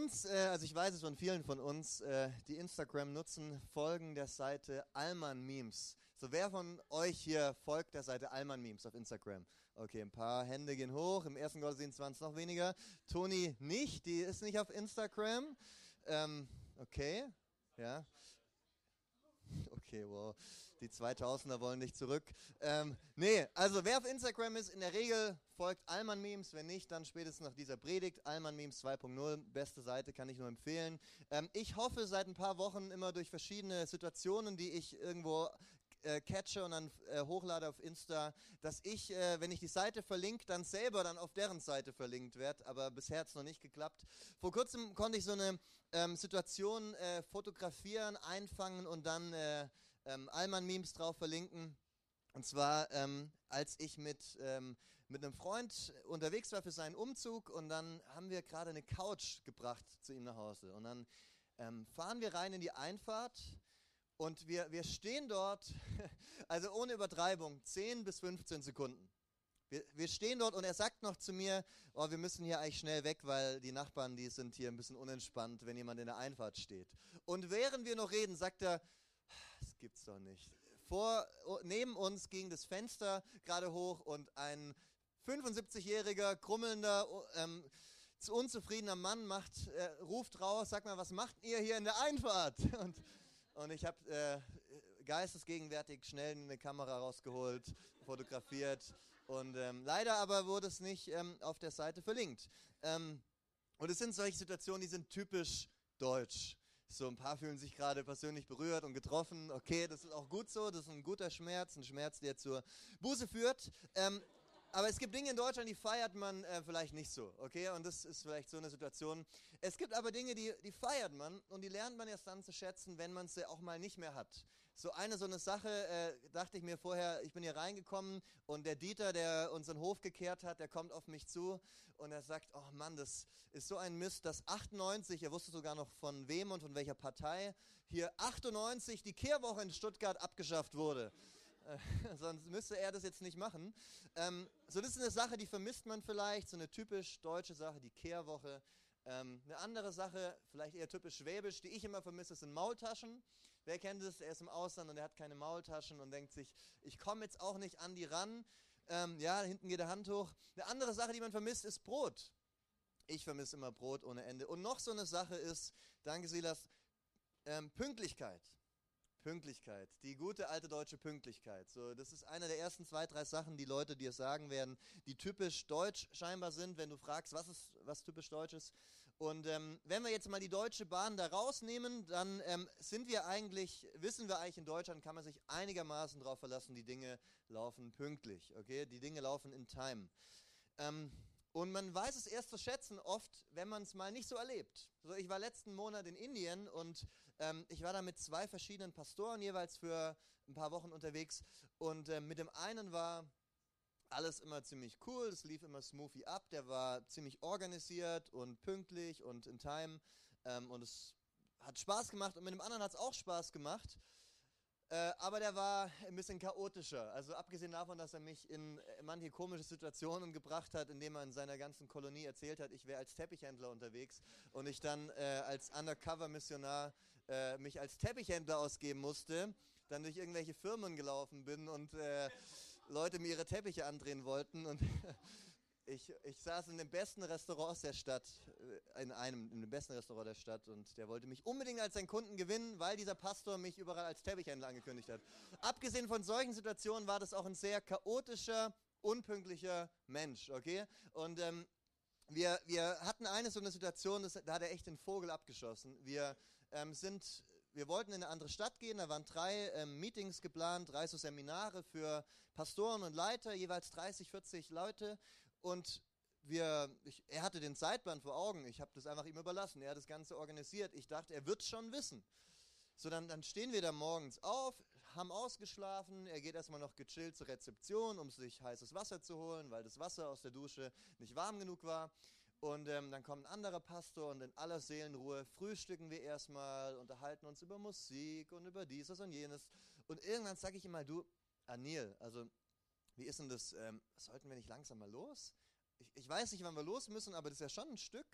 uns, also ich weiß es von vielen von uns, die Instagram nutzen, folgen der Seite Allmann Memes. So, wer von euch hier folgt der Seite Allmann Memes auf Instagram? Okay, ein paar Hände gehen hoch. Im ersten Gottesdienst waren es noch weniger. Toni nicht, die ist nicht auf Instagram. Okay, ja. Okay, wow. Die 2000er wollen nicht zurück. Nee, also wer auf Instagram ist, in der Regel folgt Allmann Memes. Wenn nicht, dann spätestens nach dieser Predigt. Allmann Memes 2.0, beste Seite, kann ich nur empfehlen. Ich hoffe seit ein paar Wochen immer durch verschiedene Situationen, die ich irgendwo catche und dann hochlade auf Insta, dass ich, wenn ich die Seite verlinke, dann selber dann auf deren Seite verlinkt werde, aber bisher hat es noch nicht geklappt. Vor kurzem konnte ich so eine Situation fotografieren, einfangen und dann Allmann-Memes drauf verlinken. Und zwar, als ich mit einem Freund unterwegs war für seinen Umzug und dann haben wir gerade eine Couch gebracht zu ihm nach Hause. Und dann fahren wir rein in die Einfahrt. Und wir stehen dort, also ohne Übertreibung, 10 bis 15 Sekunden. Wir stehen dort und er sagt noch zu mir, oh, wir müssen hier eigentlich schnell weg, weil die Nachbarn, die sind hier ein bisschen unentspannt, wenn jemand in der Einfahrt steht. Und während wir noch reden, sagt er, das gibt's doch nicht. Neben uns ging das Fenster gerade hoch und ein 75-jähriger, krummelnder, unzufriedener Mann ruft raus, sag mal, was macht ihr hier in der Einfahrt? Und ich habe geistesgegenwärtig schnell eine Kamera rausgeholt, fotografiert und leider aber wurde es nicht auf der Seite verlinkt. Und es sind solche Situationen, die sind typisch deutsch. So ein paar fühlen sich gerade persönlich berührt und getroffen. Okay, das ist auch gut so, das ist ein guter Schmerz, ein Schmerz, der zur Buße führt. Aber es gibt Dinge in Deutschland, die feiert man vielleicht nicht so, okay? Und das ist vielleicht so eine Situation. Es gibt aber Dinge, die feiert man und die lernt man erst dann zu schätzen, wenn man sie auch mal nicht mehr hat. So eine Sache dachte ich mir vorher, ich bin hier reingekommen und der Dieter, der unseren Hof gekehrt hat, der kommt auf mich zu und er sagt, oh Mann, das ist so ein Mist, dass 98, er wusste sogar noch von wem und von welcher Partei, hier 98 die Kehrwoche in Stuttgart abgeschafft wurde. Sonst müsste er das jetzt nicht machen. So, das ist eine Sache, die vermisst man vielleicht, so eine typisch deutsche Sache, die Kehrwoche. Eine andere Sache, vielleicht eher typisch schwäbisch, die ich immer vermisse, sind Maultaschen. Wer kennt es? Er ist im Ausland und er hat keine Maultaschen und denkt sich, ich komme jetzt auch nicht an die ran. Ja, hinten geht der Hand hoch. Eine andere Sache, die man vermisst, ist Brot. Ich vermisse immer Brot ohne Ende. Und noch so eine Sache ist, danke Silas, Pünktlichkeit. Pünktlichkeit, die gute alte deutsche Pünktlichkeit. So, das ist eine der ersten 2, 3 Sachen, die Leute dir sagen werden, die typisch deutsch scheinbar sind, wenn du fragst, was typisch deutsch ist. Und wenn wir jetzt mal die Deutsche Bahn da rausnehmen, dann wissen wir eigentlich, in Deutschland kann man sich einigermaßen darauf verlassen, die Dinge laufen pünktlich, okay? Die Dinge laufen in Time. Und man weiß es erst zu schätzen oft, wenn man es mal nicht so erlebt. So, ich war letzten Monat in Indien und ich war da mit 2 verschiedenen Pastoren jeweils für ein paar Wochen unterwegs. Und mit dem einen war alles immer ziemlich cool, es lief immer smoothie ab, der war ziemlich organisiert und pünktlich und in Time. Und es hat Spaß gemacht und mit dem anderen hat es auch Spaß gemacht. Aber der war ein bisschen chaotischer. Also abgesehen davon, dass er mich in manche komische Situationen gebracht hat, indem er in seiner ganzen Kolonie erzählt hat, ich wäre als Teppichhändler unterwegs und ich dann als Undercover-Missionar mich als Teppichhändler ausgeben musste, dann durch irgendwelche Firmen gelaufen bin und Leute mir ihre Teppiche andrehen wollten und Ich saß in den besten Restaurants der Stadt, in dem besten Restaurant der Stadt und der wollte mich unbedingt als seinen Kunden gewinnen, weil dieser Pastor mich überall als Teppichhändler angekündigt hat. Abgesehen von solchen Situationen war das auch ein sehr chaotischer, unpünktlicher Mensch, okay? Und wir hatten so eine Situation, da hat er echt den Vogel abgeschossen. Wir wollten in eine andere Stadt gehen, da waren 3 Meetings geplant, 3 so Seminare für Pastoren und Leiter, jeweils 30, 40 Leute. Und er hatte den Zeitplan vor Augen, ich habe das einfach ihm überlassen, er hat das Ganze organisiert. Ich dachte, er wird schon wissen. So, dann stehen wir da morgens auf, haben ausgeschlafen, er geht erstmal noch gechillt zur Rezeption, um sich heißes Wasser zu holen, weil das Wasser aus der Dusche nicht warm genug war. Und dann kommt ein anderer Pastor und in aller Seelenruhe frühstücken wir erstmal, unterhalten uns über Musik und über dieses und jenes. Und irgendwann sage ich ihm mal, du, Anil, also wie ist denn das, sollten wir nicht langsam mal los? Ich weiß nicht, wann wir los müssen, aber das ist ja schon ein Stück.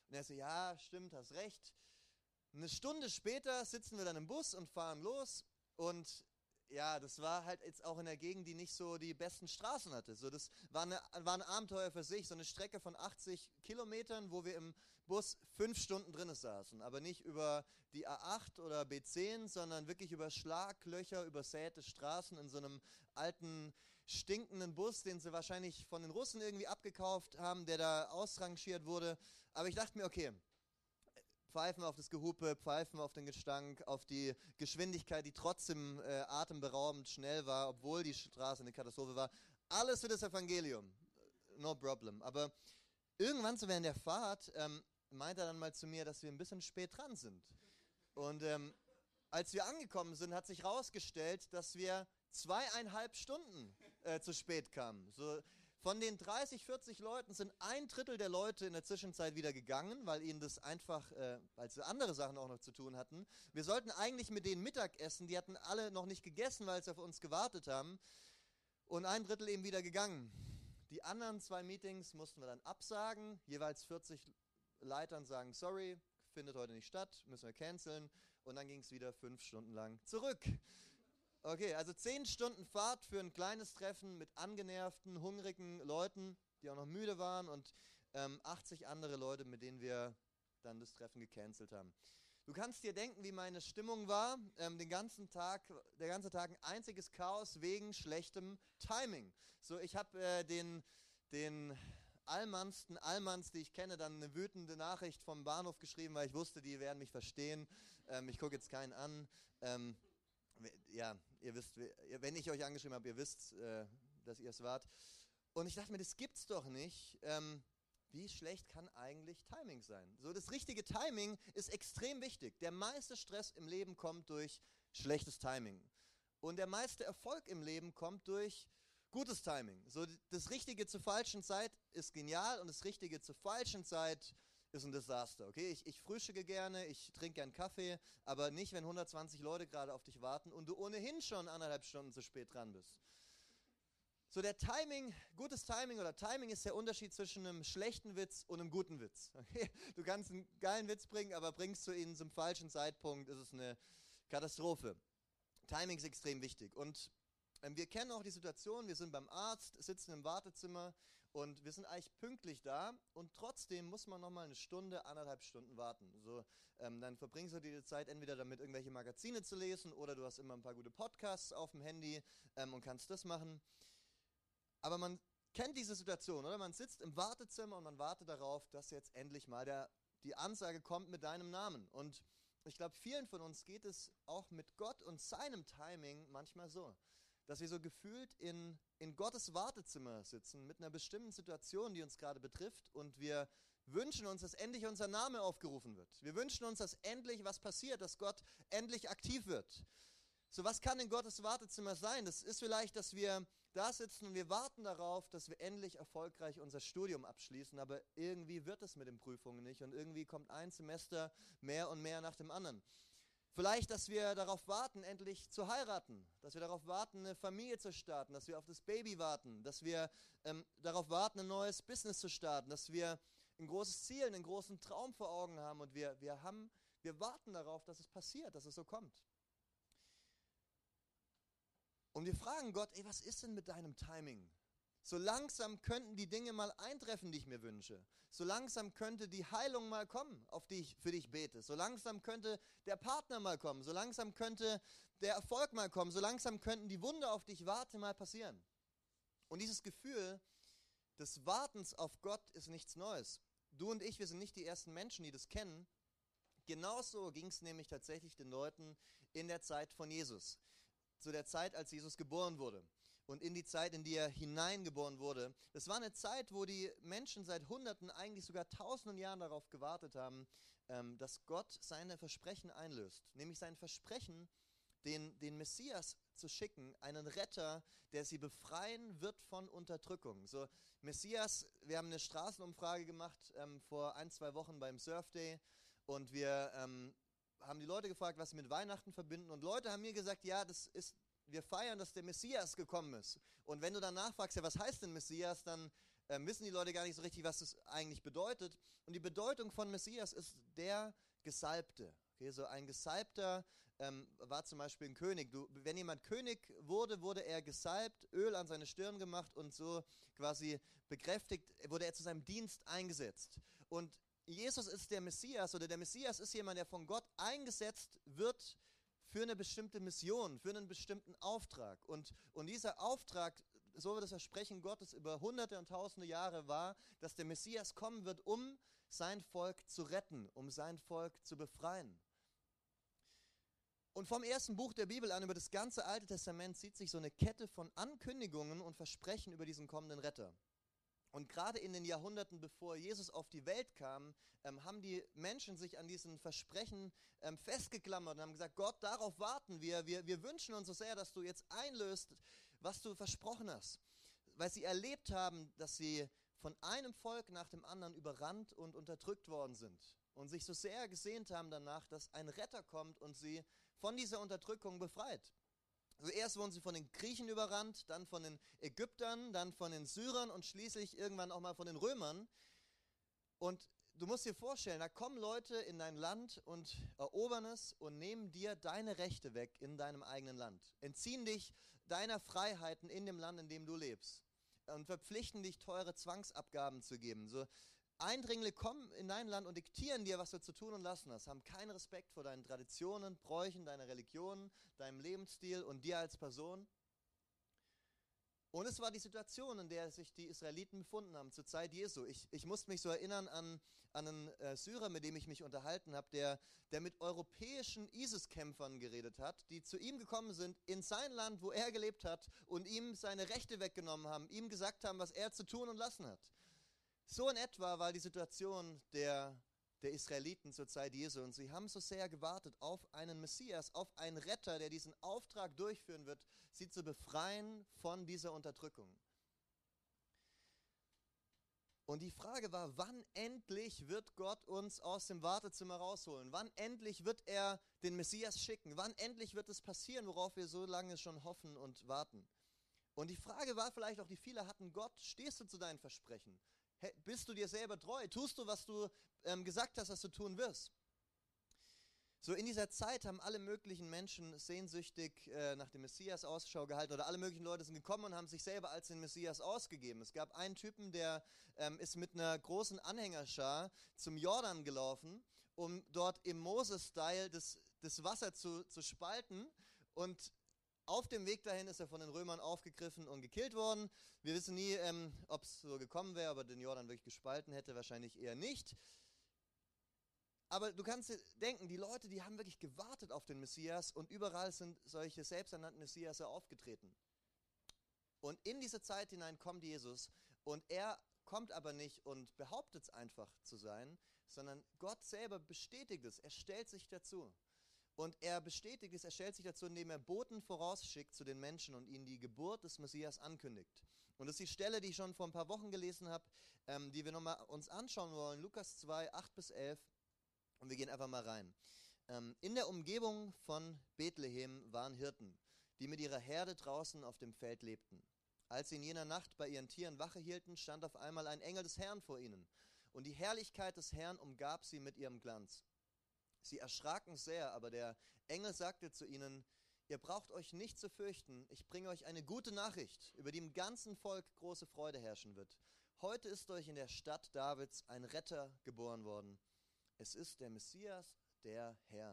Und er so, ja, stimmt, hast recht. Eine Stunde später sitzen wir dann im Bus und fahren los. Und ja, das war halt jetzt auch in der Gegend, die nicht so die besten Straßen hatte. So, das war ein Abenteuer für sich, so eine Strecke von 80 Kilometern, wo wir im Bus 5 Stunden drin saßen. Aber nicht über die A8 oder B10, sondern wirklich über Schlaglöcher, übersäte Straßen in so einem alten, stinkenden Bus, den sie wahrscheinlich von den Russen irgendwie abgekauft haben, der da ausrangiert wurde. Aber ich dachte mir, okay, pfeifen auf das Gehupe, pfeifen auf den Gestank, auf die Geschwindigkeit, die trotzdem atemberaubend schnell war, obwohl die Straße eine Katastrophe war. Alles für das Evangelium. No problem. Aber irgendwann so während der Fahrt meint er dann mal zu mir, dass wir ein bisschen spät dran sind. Und als wir angekommen sind, hat sich herausgestellt, dass wir 2,5 Stunden zu spät kamen. So, von den 30, 40 Leuten sind 1/3 der Leute in der Zwischenzeit wieder gegangen, weil ihnen das einfach, weil sie andere Sachen auch noch zu tun hatten. Wir sollten eigentlich mit denen Mittag essen, die hatten alle noch nicht gegessen, weil sie auf uns gewartet haben. Und 1/3 eben wieder gegangen. Die anderen 2 Meetings mussten wir dann absagen, jeweils 40 Leitern sagen, sorry, findet heute nicht statt, müssen wir canceln. Und dann ging es wieder 5 Stunden lang zurück. Okay, also 10 Stunden Fahrt für ein kleines Treffen mit angenervten, hungrigen Leuten, die auch noch müde waren und 80 andere Leute, mit denen wir dann das Treffen gecancelt haben. Du kannst dir denken, wie meine Stimmung war. Der ganze Tag ein einziges Chaos wegen schlechtem Timing. So, ich habe den allmannsten Allmanns, die ich kenne, dann eine wütende Nachricht vom Bahnhof geschrieben, weil ich wusste, die werden mich verstehen. Ich gucke jetzt keinen an. Ja, ihr wisst, wenn ich euch angeschrieben habe, ihr wisst, dass ihr es wart. Und ich dachte mir, das gibt's doch nicht. Wie schlecht kann eigentlich Timing sein? So, das richtige Timing ist extrem wichtig. Der meiste Stress im Leben kommt durch schlechtes Timing. Und der meiste Erfolg im Leben kommt durch gutes Timing. So, das Richtige zur falschen Zeit ist genial und das Richtige zur falschen Zeit ist ein Desaster, okay? Ich frühstücke gerne, ich trinke gern Kaffee, aber nicht, wenn 120 Leute gerade auf dich warten und du ohnehin schon 1,5 Stunden zu spät dran bist. So, gutes Timing oder Timing ist der Unterschied zwischen einem schlechten Witz und einem guten Witz. Okay? Du kannst einen geilen Witz bringen, aber bringst du ihn zum falschen Zeitpunkt, ist es eine Katastrophe. Timing ist extrem wichtig. Und wir kennen auch die Situation, wir sind beim Arzt, sitzen im Wartezimmer und wir sind eigentlich pünktlich da und trotzdem muss man nochmal 1 Stunde, 1,5 Stunden warten. So, dann verbringst du die Zeit entweder damit, irgendwelche Magazine zu lesen oder du hast immer ein paar gute Podcasts auf dem Handy und kannst das machen. Aber man kennt diese Situation, oder? Man sitzt im Wartezimmer und man wartet darauf, dass jetzt endlich mal die Ansage kommt mit deinem Namen. Und ich glaube, vielen von uns geht es auch mit Gott und seinem Timing manchmal so, dass wir so gefühlt in Gottes Wartezimmer sitzen mit einer bestimmten Situation, die uns gerade betrifft und wir wünschen uns, dass endlich unser Name aufgerufen wird. Wir wünschen uns, dass endlich was passiert, dass Gott endlich aktiv wird. So, was kann in Gottes Wartezimmer sein? Das ist vielleicht, dass wir da sitzen und wir warten darauf, dass wir endlich erfolgreich unser Studium abschließen, aber irgendwie wird es mit den Prüfungen nicht und irgendwie kommt ein Semester mehr und mehr nach dem anderen. Vielleicht, dass wir darauf warten, endlich zu heiraten, dass wir darauf warten, eine Familie zu starten, dass wir auf das Baby warten, dass wir darauf warten, ein neues Business zu starten, dass wir ein großes Ziel, einen großen Traum vor Augen haben und wir warten darauf, dass es passiert, dass es so kommt. Und wir fragen Gott, ey, was ist denn mit deinem Timing? So langsam könnten die Dinge mal eintreffen, die ich mir wünsche. So langsam könnte die Heilung mal kommen, für die ich bete. So langsam könnte der Partner mal kommen. So langsam könnte der Erfolg mal kommen. So langsam könnten die Wunder, auf die ich warte, mal passieren. Und dieses Gefühl des Wartens auf Gott ist nichts Neues. Du und ich, wir sind nicht die ersten Menschen, die das kennen. Genauso ging es nämlich tatsächlich den Leuten in der Zeit von Jesus. Zu der Zeit, als Jesus geboren wurde und in die Zeit, in die er hineingeboren wurde. Das war eine Zeit, wo die Menschen seit Hunderten, eigentlich sogar Tausenden Jahren darauf gewartet haben, dass Gott seine Versprechen einlöst. Nämlich sein Versprechen, den Messias zu schicken, einen Retter, der sie befreien wird von Unterdrückung. So, Messias, wir haben eine Straßenumfrage gemacht vor 1-2 Wochen beim Surf Day und wir haben die Leute gefragt, was sie mit Weihnachten verbinden. Und Leute haben mir gesagt, ja, wir feiern, dass der Messias gekommen ist. Und wenn du dann nachfragst, ja, was heißt denn Messias, dann wissen die Leute gar nicht so richtig, was das eigentlich bedeutet. Und die Bedeutung von Messias ist der Gesalbte. Okay, so ein Gesalbter war zum Beispiel ein König. Wenn jemand König wurde, wurde er gesalbt, Öl an seine Stirn gemacht und so quasi bekräftigt, wurde er zu seinem Dienst eingesetzt. Und Jesus ist der Messias, oder der Messias ist jemand, der von Gott eingesetzt wird für eine bestimmte Mission, für einen bestimmten Auftrag. Und dieser Auftrag, so wird das Versprechen Gottes über Hunderte und Tausende Jahre war, dass der Messias kommen wird, um sein Volk zu retten, um sein Volk zu befreien. Und vom ersten Buch der Bibel an über das ganze Alte Testament zieht sich so eine Kette von Ankündigungen und Versprechen über diesen kommenden Retter. Und gerade in den Jahrhunderten, bevor Jesus auf die Welt kam, haben die Menschen sich an diesen Versprechen festgeklammert und haben gesagt, Gott, darauf warten wir. Wir wünschen uns so sehr, dass du jetzt einlöst, was du versprochen hast. Weil sie erlebt haben, dass sie von einem Volk nach dem anderen überrannt und unterdrückt worden sind. Und sich so sehr gesehnt haben danach, dass ein Retter kommt und sie von dieser Unterdrückung befreit. Also erst wurden sie von den Griechen überrannt, dann von den Ägyptern, dann von den Syrern und schließlich irgendwann auch mal von den Römern. Und du musst dir vorstellen, da kommen Leute in dein Land und erobern es und nehmen dir deine Rechte weg in deinem eigenen Land. Entziehen dich deiner Freiheiten in dem Land, in dem du lebst. Und verpflichten dich, teure Zwangsabgaben zu geben. So Eindringlinge kommen in dein Land und diktieren dir, was du zu tun und lassen hast, haben keinen Respekt vor deinen Traditionen, Bräuchen, deiner Religion, deinem Lebensstil und dir als Person. Und es war die Situation, in der sich die Israeliten befunden haben, zur Zeit Jesu. Ich musste mich so erinnern an einen Syrer, mit dem ich mich unterhalten habe, der mit europäischen ISIS-Kämpfern geredet hat, die zu ihm gekommen sind, in sein Land, wo er gelebt hat, und ihm seine Rechte weggenommen haben, ihm gesagt haben, was er zu tun und lassen hat. So in etwa war die Situation der Israeliten zur Zeit Jesu. Und sie haben so sehr gewartet auf einen Messias, auf einen Retter, der diesen Auftrag durchführen wird, sie zu befreien von dieser Unterdrückung. Und die Frage war, wann endlich wird Gott uns aus dem Wartezimmer rausholen? Wann endlich wird er den Messias schicken? Wann endlich wird es passieren, worauf wir so lange schon hoffen und warten? Und die Frage war vielleicht auch, die viele hatten, Gott, stehst du zu deinen Versprechen? Bist du dir selber treu? Tust du, was du gesagt hast, dass du tun wirst? So in dieser Zeit haben alle möglichen Menschen sehnsüchtig nach dem Messias Ausschau gehalten, oder alle möglichen Leute sind gekommen und haben sich selber als den Messias ausgegeben. Es gab einen Typen, der ist mit einer großen Anhängerschar zum Jordan gelaufen, um dort im Moses-Style das Wasser zu spalten, und auf dem Weg dahin ist er von den Römern aufgegriffen und gekillt worden. Wir wissen nie, ob es so gekommen wäre, aber den Jordan wirklich gespalten hätte, wahrscheinlich eher nicht. Aber du kannst dir denken, die Leute, die haben wirklich gewartet auf den Messias, und überall sind solche selbsternannten Messias aufgetreten. Und in diese Zeit hinein kommt Jesus, und er kommt aber nicht und behauptet es einfach zu sein, sondern Gott selber bestätigt es, er stellt sich dazu. Und er bestätigt es, er stellt sich dazu, indem er Boten vorausschickt zu den Menschen und ihnen die Geburt des Messias ankündigt. Und das ist die Stelle, die ich schon vor ein paar Wochen gelesen habe, die wir nochmal uns anschauen wollen. Lukas 2, 8-11. Und wir gehen einfach mal rein. In der Umgebung von Bethlehem waren Hirten, die mit ihrer Herde draußen auf dem Feld lebten. Als sie in jener Nacht bei ihren Tieren Wache hielten, stand auf einmal ein Engel des Herrn vor ihnen. Und die Herrlichkeit des Herrn umgab sie mit ihrem Glanz. Sie erschraken sehr, aber der Engel sagte zu ihnen, ihr braucht euch nicht zu fürchten, ich bringe euch eine gute Nachricht, über die im ganzen Volk große Freude herrschen wird. Heute ist euch in der Stadt Davids ein Retter geboren worden. Es ist der Messias, der Herr.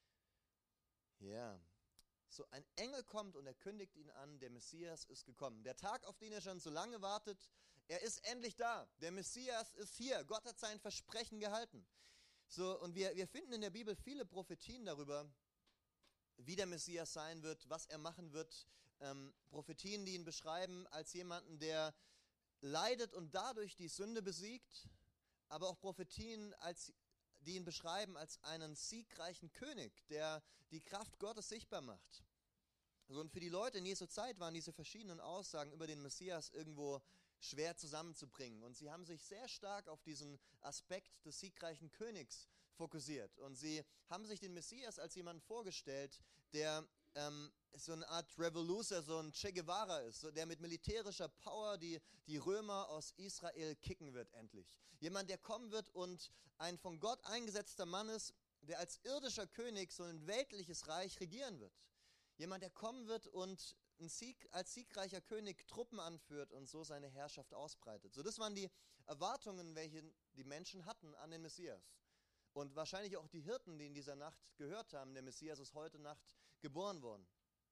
Ja, so ein Engel kommt und er kündigt ihn an, der Messias ist gekommen. Der Tag, auf den ihr schon so lange wartet, er ist endlich da. Der Messias ist hier. Gott hat sein Versprechen gehalten. So, und wir finden in der Bibel viele Prophetien darüber, wie der Messias sein wird, was er machen wird. Prophetien, die ihn beschreiben als jemanden, der leidet und dadurch die Sünde besiegt, aber auch Prophetien, die ihn beschreiben als einen siegreichen König, der die Kraft Gottes sichtbar macht. So, und für die Leute in Jesu Zeit waren diese verschiedenen Aussagen über den Messias irgendwo schwer zusammenzubringen. Und sie haben sich sehr stark auf diesen Aspekt des siegreichen Königs fokussiert. Und sie haben sich den Messias als jemanden vorgestellt, der so eine Art Revoluzer, so ein Che Guevara ist, so der mit militärischer Power die Römer aus Israel kicken wird endlich. Jemand, der kommen wird und ein von Gott eingesetzter Mann ist, der als irdischer König so ein weltliches Reich regieren wird. Jemand, der kommen wird und als siegreicher König Truppen anführt und so seine Herrschaft ausbreitet. So, das waren die Erwartungen, welche die Menschen hatten an den Messias. Und wahrscheinlich auch die Hirten, die in dieser Nacht gehört haben, der Messias ist heute Nacht geboren worden.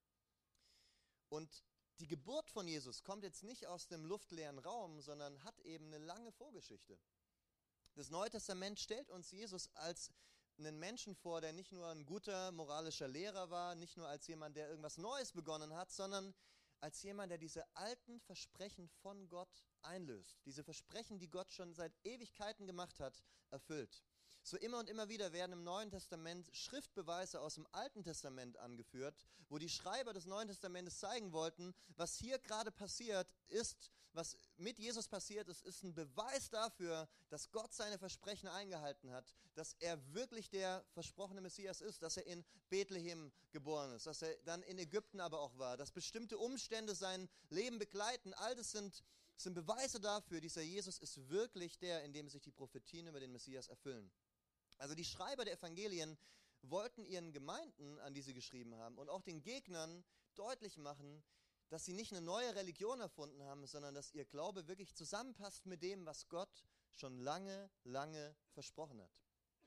Und die Geburt von Jesus kommt jetzt nicht aus dem luftleeren Raum, sondern hat eben eine lange Vorgeschichte. Das Neue Testament stellt uns Jesus als einen Menschen vor, der nicht nur ein guter moralischer Lehrer war, nicht nur als jemand, der irgendwas Neues begonnen hat, sondern als jemand, der diese alten Versprechen von Gott einlöst. Diese Versprechen, die Gott schon seit Ewigkeiten gemacht hat, erfüllt. So immer und immer wieder werden im Neuen Testament Schriftbeweise aus dem Alten Testament angeführt, wo die Schreiber des Neuen Testamentes zeigen wollten, was hier gerade passiert ist, was mit Jesus passiert ist, ist ein Beweis dafür, dass Gott seine Versprechen eingehalten hat, dass er wirklich der versprochene Messias ist, dass er in Bethlehem geboren ist, dass er dann in Ägypten aber auch war, dass bestimmte Umstände sein Leben begleiten. All das sind Beweise dafür, dieser Jesus ist wirklich der, in dem sich die Prophetien über den Messias erfüllen. Also die Schreiber der Evangelien wollten ihren Gemeinden, an die sie geschrieben haben, und auch den Gegnern deutlich machen, dass sie nicht eine neue Religion erfunden haben, sondern dass ihr Glaube wirklich zusammenpasst mit dem, was Gott schon lange, lange versprochen hat.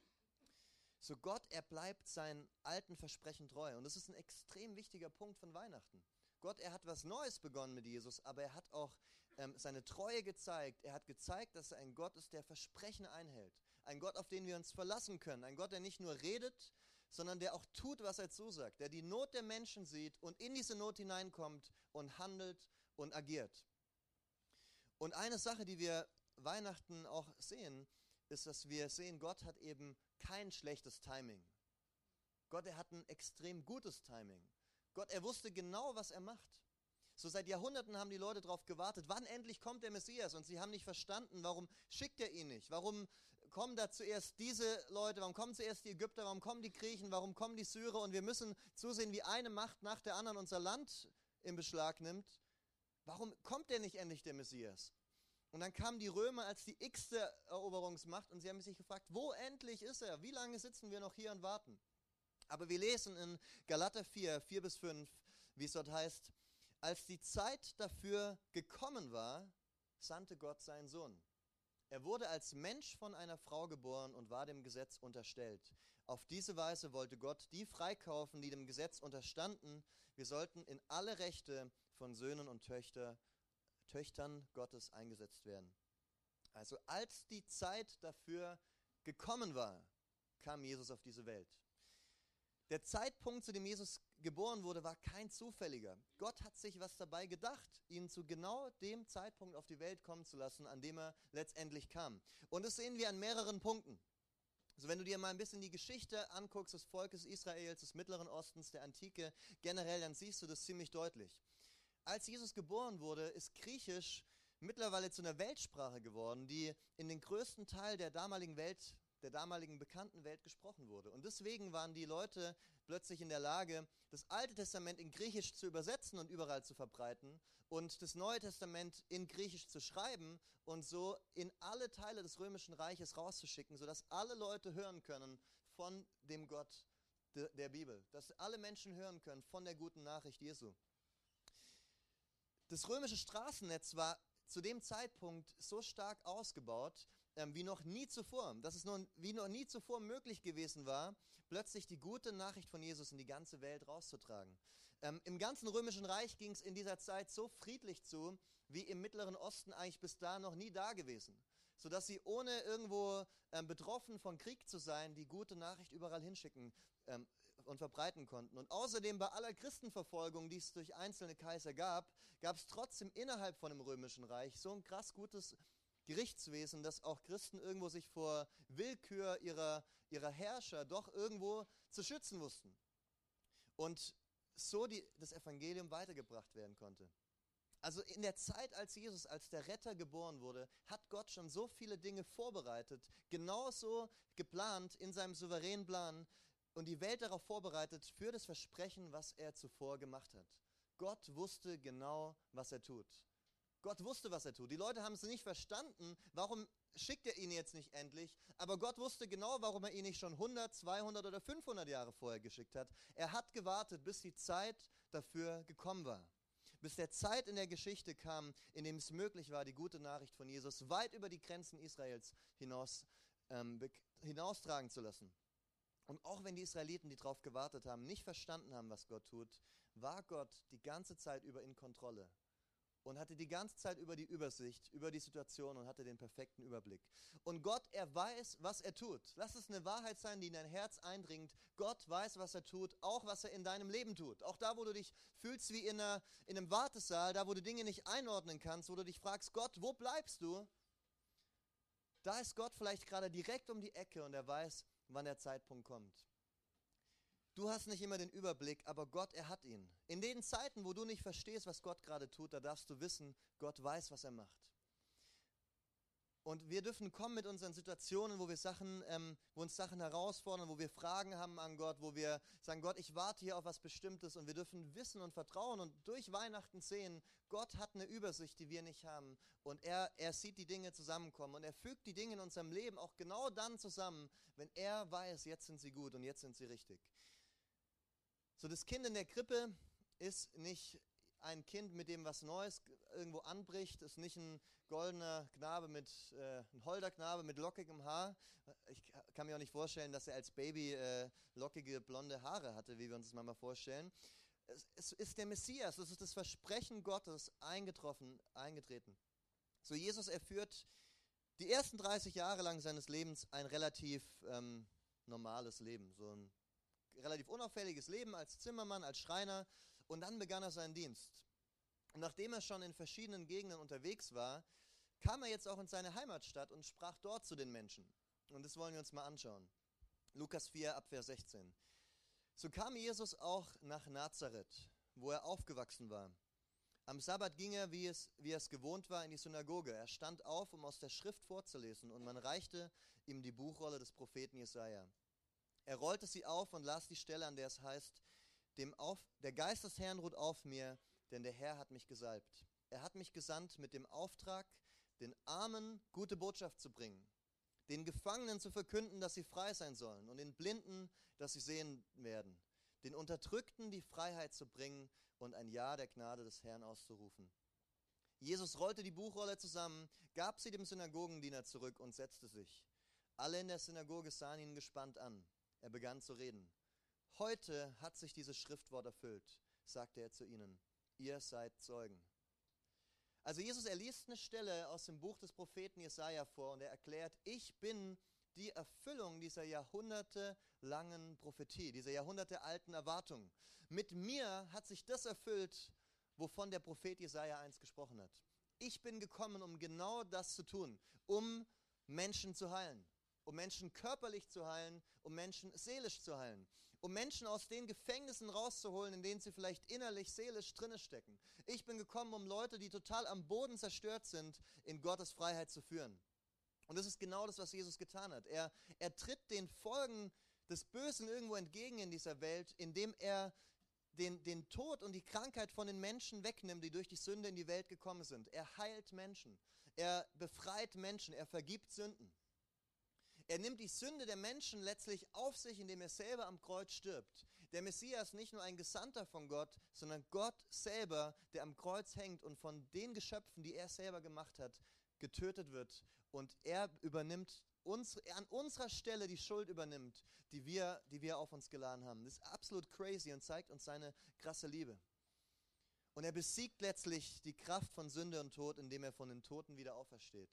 So Gott, er bleibt seinen alten Versprechen treu. Und das ist ein extrem wichtiger Punkt von Weihnachten. Gott, er hat was Neues begonnen mit Jesus, aber er hat auch seine Treue gezeigt. Er hat gezeigt, dass er ein Gott ist, der Versprechen einhält. Ein Gott, auf den wir uns verlassen können. Ein Gott, der nicht nur redet, sondern der auch tut, was er zusagt. Der die Not der Menschen sieht und in diese Not hineinkommt und handelt und agiert. Und eine Sache, die wir Weihnachten auch sehen, ist, dass wir sehen, Gott hat eben kein schlechtes Timing. Gott, er hat ein extrem gutes Timing. Gott, er wusste genau, was er macht. So seit Jahrhunderten haben die Leute darauf gewartet, wann endlich kommt der Messias? Und sie haben nicht verstanden, warum schickt er ihn nicht? Warum kommen da zuerst diese Leute? Warum kommen zuerst die Ägypter? Warum kommen die Griechen? Warum kommen die Syrer? Und wir müssen zusehen, wie eine Macht nach der anderen unser Land in Beschlag nimmt. Warum kommt denn nicht endlich der Messias? Und dann kamen die Römer als die x-te Eroberungsmacht und sie haben sich gefragt, wo endlich ist er? Wie lange sitzen wir noch hier und warten? Aber wir lesen in Galater 4:4-5, wie es dort heißt, als die Zeit dafür gekommen war, sandte Gott seinen Sohn. Er wurde als Mensch von einer Frau geboren und war dem Gesetz unterstellt. Auf diese Weise wollte Gott die freikaufen, die dem Gesetz unterstanden. Wir sollten in alle Rechte von Söhnen und Töchtern Gottes eingesetzt werden. Also als die Zeit dafür gekommen war, kam Jesus auf diese Welt. Der Zeitpunkt, zu dem Jesus geboren wurde, war kein zufälliger. Gott hat sich was dabei gedacht, ihn zu genau dem Zeitpunkt auf die Welt kommen zu lassen, an dem er letztendlich kam. Und das sehen wir an mehreren Punkten. Also wenn du dir mal ein bisschen die Geschichte anguckst des Volkes Israels, des Mittleren Ostens, der Antike generell, dann siehst du das ziemlich deutlich. Als Jesus geboren wurde, ist Griechisch mittlerweile zu einer Weltsprache geworden, die in den größten Teil der damaligen bekannten Welt gesprochen wurde. Und deswegen waren die Leute plötzlich in der Lage, das Alte Testament in Griechisch zu übersetzen und überall zu verbreiten und das Neue Testament in Griechisch zu schreiben und so in alle Teile des Römischen Reiches rauszuschicken, sodass alle Leute hören können von dem Gott der Bibel, dass alle Menschen hören können von der guten Nachricht Jesu. Das römische Straßennetz war zu dem Zeitpunkt so stark ausgebaut, wie noch nie zuvor, dass es wie noch nie zuvor möglich gewesen war, plötzlich die gute Nachricht von Jesus in die ganze Welt rauszutragen. Im ganzen Römischen Reich ging es in dieser Zeit so friedlich zu, wie im Mittleren Osten eigentlich bis da noch nie da gewesen, sodass sie ohne irgendwo betroffen von Krieg zu sein, die gute Nachricht überall hinschicken und verbreiten konnten. Und außerdem bei aller Christenverfolgung, die es durch einzelne Kaiser gab, gab es trotzdem innerhalb von dem Römischen Reich so ein krass gutes Gerichtswesen, dass auch Christen irgendwo sich vor Willkür ihrer Herrscher doch irgendwo zu schützen wussten. Und so das Evangelium weitergebracht werden konnte. Also in der Zeit, als Jesus als der Retter geboren wurde, hat Gott schon so viele Dinge vorbereitet, genauso geplant in seinem souveränen Plan, und die Welt darauf vorbereitet für das Versprechen, was er zuvor gemacht hat. Gott wusste genau, was er tut. Gott wusste, was er tut. Die Leute haben es nicht verstanden, warum schickt er ihn jetzt nicht endlich, aber Gott wusste genau, warum er ihn nicht schon 100, 200 oder 500 Jahre vorher geschickt hat. Er hat gewartet, bis die Zeit dafür gekommen war. Bis der Zeit in der Geschichte kam, in dem es möglich war, die gute Nachricht von Jesus weit über die Grenzen Israels hinaustragen zu lassen. Und auch wenn die Israeliten, die darauf gewartet haben, nicht verstanden haben, was Gott tut, war Gott die ganze Zeit über in Kontrolle und hatte die ganze Zeit über die Übersicht, über die Situation und hatte den perfekten Überblick. Und Gott, er weiß, was er tut. Lass es eine Wahrheit sein, die in dein Herz eindringt. Gott weiß, was er tut, auch was er in deinem Leben tut. Auch da, wo du dich fühlst wie in einem Wartesaal, da, wo du Dinge nicht einordnen kannst, wo du dich fragst, Gott, wo bleibst du? Da ist Gott vielleicht gerade direkt um die Ecke und er weiß, wann der Zeitpunkt kommt. Du hast nicht immer den Überblick, aber Gott, er hat ihn. In den Zeiten, wo du nicht verstehst, was Gott gerade tut, da darfst du wissen, Gott weiß, was er macht. Und wir dürfen kommen mit unseren Situationen, wo uns Sachen herausfordern, wo wir Fragen haben an Gott, wo wir sagen, Gott, ich warte hier auf was Bestimmtes und wir dürfen wissen und vertrauen und durch Weihnachten sehen, Gott hat eine Übersicht, die wir nicht haben und er sieht die Dinge zusammenkommen und er fügt die Dinge in unserem Leben auch genau dann zusammen, wenn er weiß, jetzt sind sie gut und jetzt sind sie richtig. So, das Kind in der Krippe ist nicht ein Kind, mit dem was Neues irgendwo anbricht, ist nicht ein goldener Knabe ein holder Knabe mit lockigem Haar. Ich kann mir auch nicht vorstellen, dass er als Baby lockige blonde Haare hatte, wie wir uns das mal vorstellen. Es ist der Messias, es ist das Versprechen Gottes eingetreten. So, Jesus, er führt die ersten 30 Jahre lang seines Lebens ein relativ normales Leben, so ein relativ unauffälliges Leben als Zimmermann, als Schreiner. Und dann begann er seinen Dienst. Und nachdem er schon in verschiedenen Gegenden unterwegs war, kam er jetzt auch in seine Heimatstadt und sprach dort zu den Menschen. Und das wollen wir uns mal anschauen. Lukas 4, ab Vers 16. So kam Jesus auch nach Nazareth, wo er aufgewachsen war. Am Sabbat ging er, wie er es gewohnt war, in die Synagoge. Er stand auf, um aus der Schrift vorzulesen, und man reichte ihm die Buchrolle des Propheten Jesaja. Er rollte sie auf und las die Stelle, an der es heißt, der Geist des Herrn ruht auf mir, denn der Herr hat mich gesalbt. Er hat mich gesandt mit dem Auftrag, den Armen gute Botschaft zu bringen, den Gefangenen zu verkünden, dass sie frei sein sollen und den Blinden, dass sie sehen werden, den Unterdrückten die Freiheit zu bringen und ein Ja der Gnade des Herrn auszurufen. Jesus rollte die Buchrolle zusammen, gab sie dem Synagogendiener zurück und setzte sich. Alle in der Synagoge sahen ihn gespannt an. Er begann zu reden. Heute hat sich dieses Schriftwort erfüllt, sagte er zu ihnen. Ihr seid Zeugen. Also Jesus, er liest eine Stelle aus dem Buch des Propheten Jesaja vor und er erklärt, ich bin die Erfüllung dieser jahrhundertelangen Prophetie, dieser jahrhundertealten Erwartung. Mit mir hat sich das erfüllt, wovon der Prophet Jesaja einst gesprochen hat. Ich bin gekommen, um genau das zu tun, um Menschen zu heilen. Um Menschen körperlich zu heilen, um Menschen seelisch zu heilen, um Menschen aus den Gefängnissen rauszuholen, in denen sie vielleicht innerlich, seelisch drinne stecken. Ich bin gekommen, um Leute, die total am Boden zerstört sind, in Gottes Freiheit zu führen. Und das ist genau das, was Jesus getan hat. Er tritt den Folgen des Bösen irgendwo entgegen in dieser Welt, indem er den Tod und die Krankheit von den Menschen wegnimmt, die durch die Sünde in die Welt gekommen sind. Er heilt Menschen, er befreit Menschen, er vergibt Sünden. Er nimmt die Sünde der Menschen letztlich auf sich, indem er selber am Kreuz stirbt. Der Messias ist nicht nur ein Gesandter von Gott, sondern Gott selber, der am Kreuz hängt und von den Geschöpfen, die er selber gemacht hat, getötet wird. Und er übernimmt an unserer Stelle die Schuld übernimmt, die wir auf uns geladen haben. Das ist absolut crazy und zeigt uns seine krasse Liebe. Und er besiegt letztlich die Kraft von Sünde und Tod, indem er von den Toten wieder aufersteht.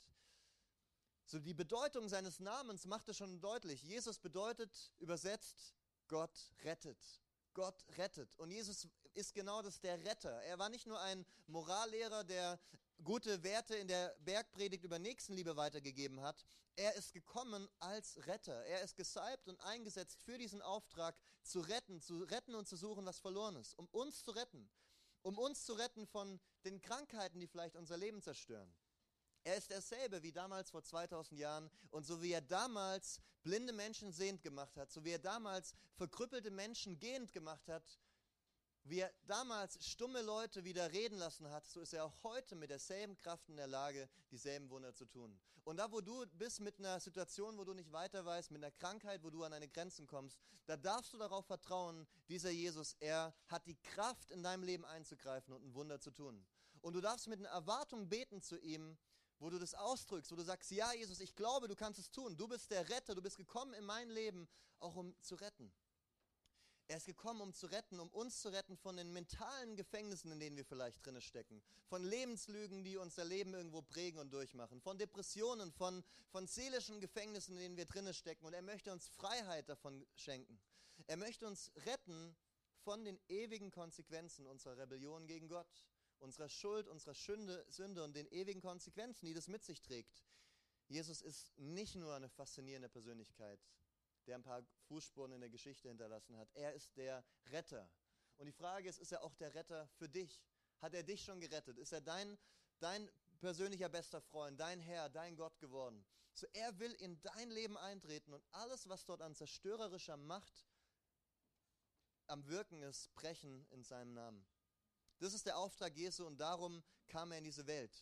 So, die Bedeutung seines Namens macht es schon deutlich. Jesus bedeutet, übersetzt, Gott rettet. Gott rettet. Und Jesus ist genau das, der Retter. Er war nicht nur ein Morallehrer, der gute Werte in der Bergpredigt über Nächstenliebe weitergegeben hat. Er ist gekommen als Retter. Er ist gesalbt und eingesetzt für diesen Auftrag, zu retten und zu suchen, was verloren ist. Um uns zu retten. Um uns zu retten von den Krankheiten, die vielleicht unser Leben zerstören. Er ist derselbe wie damals vor 2000 Jahren. Und so wie er damals blinde Menschen sehend gemacht hat, so wie er damals verkrüppelte Menschen gehend gemacht hat, wie er damals stumme Leute wieder reden lassen hat, so ist er auch heute mit derselben Kraft in der Lage, dieselben Wunder zu tun. Und da, wo du bist mit einer Situation, wo du nicht weiter weißt, mit einer Krankheit, wo du an deine Grenzen kommst, da darfst du darauf vertrauen, dieser Jesus, er hat die Kraft, in deinem Leben einzugreifen und ein Wunder zu tun. Und du darfst mit einer Erwartung beten zu ihm, wo du das ausdrückst, wo du sagst, ja Jesus, ich glaube, du kannst es tun. Du bist der Retter, du bist gekommen in mein Leben, auch um zu retten. Er ist gekommen, um zu retten, um uns zu retten von den mentalen Gefängnissen, in denen wir vielleicht drinne stecken. Von Lebenslügen, die unser Leben irgendwo prägen und durchmachen. Von Depressionen, von seelischen Gefängnissen, in denen wir drinne stecken. Und er möchte uns Freiheit davon schenken. Er möchte uns retten von den ewigen Konsequenzen unserer Rebellion gegen Gott. Unserer Schuld, unserer Sünde und den ewigen Konsequenzen, die das mit sich trägt. Jesus ist nicht nur eine faszinierende Persönlichkeit, der ein paar Fußspuren in der Geschichte hinterlassen hat. Er ist der Retter. Und die Frage ist er auch der Retter für dich? Hat er dich schon gerettet? Ist er dein persönlicher bester Freund, dein Herr, dein Gott geworden? So, er will in dein Leben eintreten und alles, was dort an zerstörerischer Macht am Wirken ist, brechen in seinem Namen. Das ist der Auftrag Jesu und darum kam er in diese Welt.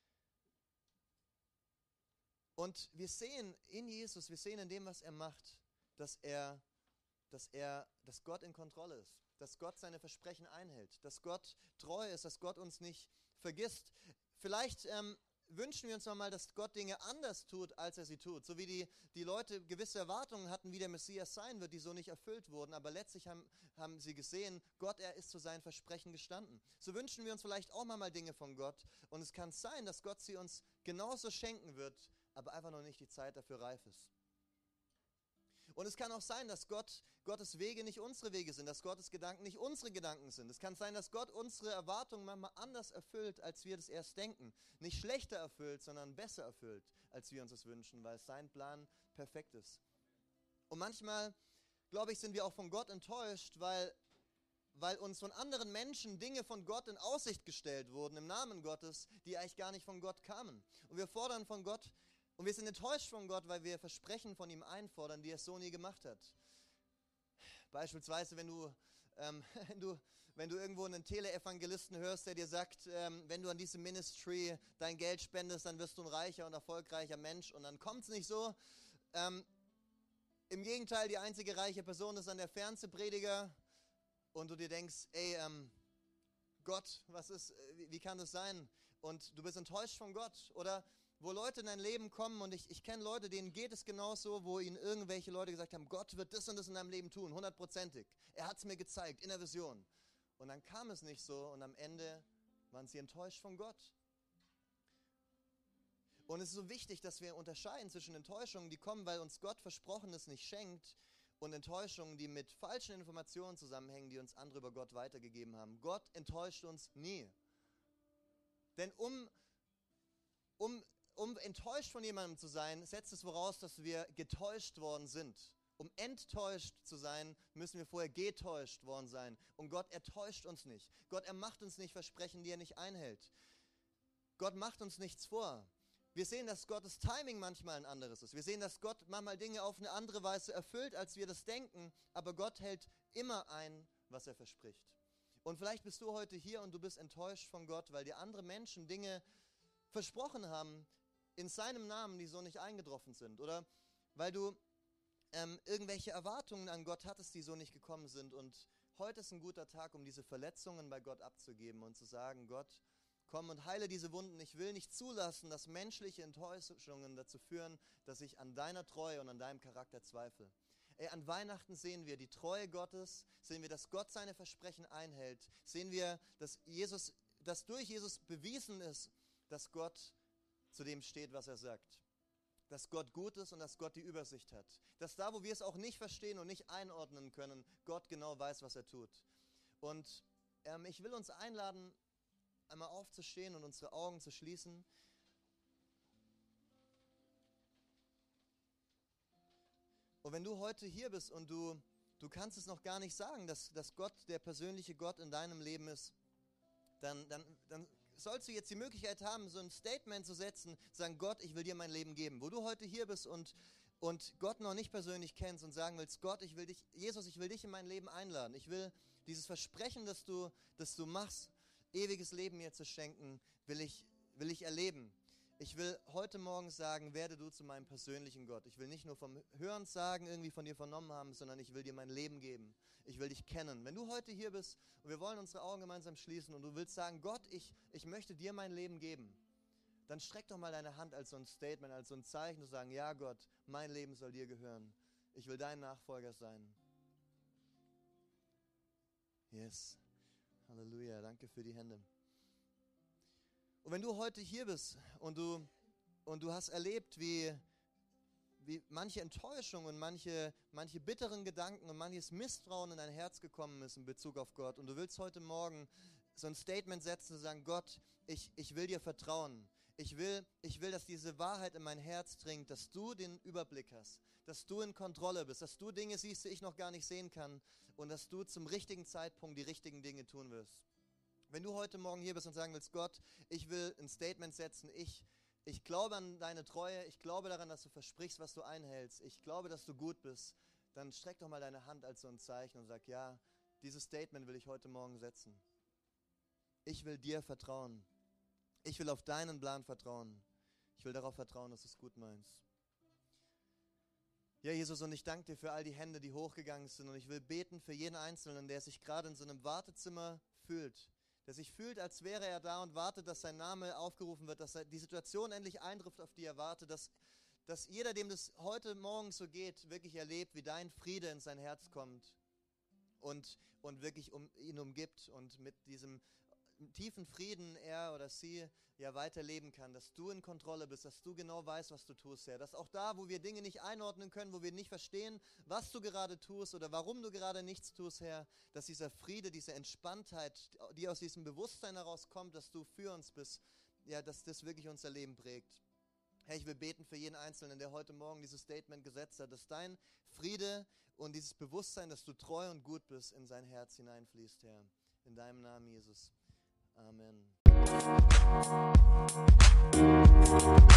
Und wir sehen in Jesus, wir sehen in dem, was er macht, dass Gott in Kontrolle ist, dass Gott seine Versprechen einhält, dass Gott treu ist, dass Gott uns nicht vergisst. Vielleicht wünschen wir uns mal, dass Gott Dinge anders tut, als er sie tut. So wie die Leute gewisse Erwartungen hatten, wie der Messias sein wird, die so nicht erfüllt wurden. Aber letztlich haben sie gesehen, Gott, er ist zu seinen Versprechen gestanden. So wünschen wir uns vielleicht auch mal Dinge von Gott. Und es kann sein, dass Gott sie uns genauso schenken wird, aber einfach noch nicht die Zeit dafür reif ist. Und es kann auch sein, dass Gottes Wege nicht unsere Wege sind, dass Gottes Gedanken nicht unsere Gedanken sind. Es kann sein, dass Gott unsere Erwartungen manchmal anders erfüllt, als wir das erst denken. Nicht schlechter erfüllt, sondern besser erfüllt, als wir uns das wünschen, weil sein Plan perfekt ist. Und manchmal, glaube ich, sind wir auch von Gott enttäuscht, weil uns von anderen Menschen Dinge von Gott in Aussicht gestellt wurden, im Namen Gottes, die eigentlich gar nicht von Gott kamen. Und wir fordern von Gott, und wir sind enttäuscht von Gott, weil wir Versprechen von ihm einfordern, die er so nie gemacht hat. Beispielsweise, wenn du irgendwo einen Tele-Evangelisten hörst, der dir sagt, wenn du an diesem Ministry dein Geld spendest, dann wirst du ein reicher und erfolgreicher Mensch. Und dann kommt es nicht so. Im Gegenteil, die einzige reiche Person ist dann der Fernsehprediger. Und du dir denkst, ey, Gott, wie kann das sein? Und du bist enttäuscht von Gott. Oder wo Leute in dein Leben kommen und ich kenne Leute, denen geht es genauso, wo ihnen irgendwelche Leute gesagt haben, Gott wird das und das in deinem Leben tun, 100%ig. Er hat es mir gezeigt, in der Vision. Und dann kam es nicht so und am Ende waren sie enttäuscht von Gott. Und es ist so wichtig, dass wir unterscheiden zwischen Enttäuschungen, die kommen, weil uns Gott Versprochenes nicht schenkt, und Enttäuschungen, die mit falschen Informationen zusammenhängen, die uns andere über Gott weitergegeben haben. Gott enttäuscht uns nie. Denn um enttäuscht von jemandem zu sein, setzt es voraus, dass wir getäuscht worden sind. Um enttäuscht zu sein, müssen wir vorher getäuscht worden sein. Und Gott enttäuscht uns nicht. Gott, er macht uns nicht Versprechen, die er nicht einhält. Gott macht uns nichts vor. Wir sehen, dass Gottes Timing manchmal ein anderes ist. Wir sehen, dass Gott manchmal Dinge auf eine andere Weise erfüllt, als wir das denken. Aber Gott hält immer ein, was er verspricht. Und vielleicht bist du heute hier und du bist enttäuscht von Gott, weil dir andere Menschen Dinge versprochen haben, in seinem Namen, die so nicht eingetroffen sind. Oder weil du irgendwelche Erwartungen an Gott hattest, die so nicht gekommen sind. Und heute ist ein guter Tag, um diese Verletzungen bei Gott abzugeben und zu sagen, Gott, komm und heile diese Wunden. Ich will nicht zulassen, dass menschliche Enttäuschungen dazu führen, dass ich an deiner Treue und an deinem Charakter zweifle. An Weihnachten sehen wir die Treue Gottes, sehen wir, dass Gott seine Versprechen einhält, sehen wir, dass durch Jesus bewiesen ist, dass Gott zu dem steht, was er sagt. Dass Gott gut ist und dass Gott die Übersicht hat. Dass da, wo wir es auch nicht verstehen und nicht einordnen können, Gott genau weiß, was er tut. Und ich will uns einladen, einmal aufzustehen und unsere Augen zu schließen. Und wenn du heute hier bist und du kannst es noch gar nicht sagen, dass Gott der persönliche Gott in deinem Leben ist, dann sollst du jetzt die Möglichkeit haben, so ein Statement zu setzen, sagen, Gott, ich will dir mein Leben geben. Wo du heute hier bist und Gott noch nicht persönlich kennst und sagen willst, Gott, Jesus, ich will dich in mein Leben einladen. Ich will dieses Versprechen, das du machst, ewiges Leben mir zu schenken, will ich erleben. Ich will heute Morgen sagen, werde du zu meinem persönlichen Gott. Ich will nicht nur vom Hören sagen, irgendwie von dir vernommen haben, sondern ich will dir mein Leben geben. Ich will dich kennen. Wenn du heute hier bist und wir wollen unsere Augen gemeinsam schließen und du willst sagen, Gott, ich möchte dir mein Leben geben, dann streck doch mal deine Hand als so ein Statement, als so ein Zeichen, zu sagen, ja Gott, mein Leben soll dir gehören. Ich will dein Nachfolger sein. Yes. Halleluja, danke für die Hände. Und wenn du heute hier bist und du hast erlebt, wie manche Enttäuschung und manche bitteren Gedanken und manches Misstrauen in dein Herz gekommen ist in Bezug auf Gott und du willst heute Morgen so ein Statement setzen und sagen, Gott, ich will dir vertrauen. Ich will, dass diese Wahrheit in mein Herz dringt, dass du den Überblick hast, dass du in Kontrolle bist, dass du Dinge siehst, die ich noch gar nicht sehen kann und dass du zum richtigen Zeitpunkt die richtigen Dinge tun wirst. Wenn du heute Morgen hier bist und sagen willst, Gott, ich will ein Statement setzen, ich glaube an deine Treue, ich glaube daran, dass du versprichst, was du einhältst, ich glaube, dass du gut bist, dann streck doch mal deine Hand als so ein Zeichen und sag, ja, dieses Statement will ich heute Morgen setzen. Ich will dir vertrauen. Ich will auf deinen Plan vertrauen. Ich will darauf vertrauen, dass du es gut meinst. Ja, Jesus, und ich danke dir für all die Hände, die hochgegangen sind und ich will beten für jeden Einzelnen, der sich gerade in so einem Wartezimmer fühlt, der sich fühlt, als wäre er da und wartet, dass sein Name aufgerufen wird, dass die Situation endlich eintrifft, auf die er wartet, dass jeder, dem das heute Morgen so geht, wirklich erlebt, wie dein Friede in sein Herz kommt und wirklich ihn umgibt und mit diesem tiefen Frieden er oder sie ja weiterleben kann, dass du in Kontrolle bist, dass du genau weißt, was du tust, Herr. Dass auch da, wo wir Dinge nicht einordnen können, wo wir nicht verstehen, was du gerade tust oder warum du gerade nichts tust, Herr, dass dieser Friede, diese Entspanntheit, die aus diesem Bewusstsein herauskommt, dass du für uns bist, ja, dass das wirklich unser Leben prägt. Herr, ich will beten für jeden Einzelnen, der heute Morgen dieses Statement gesetzt hat, dass dein Friede und dieses Bewusstsein, dass du treu und gut bist, in sein Herz hineinfließt, Herr. In deinem Namen, Jesus. Amen.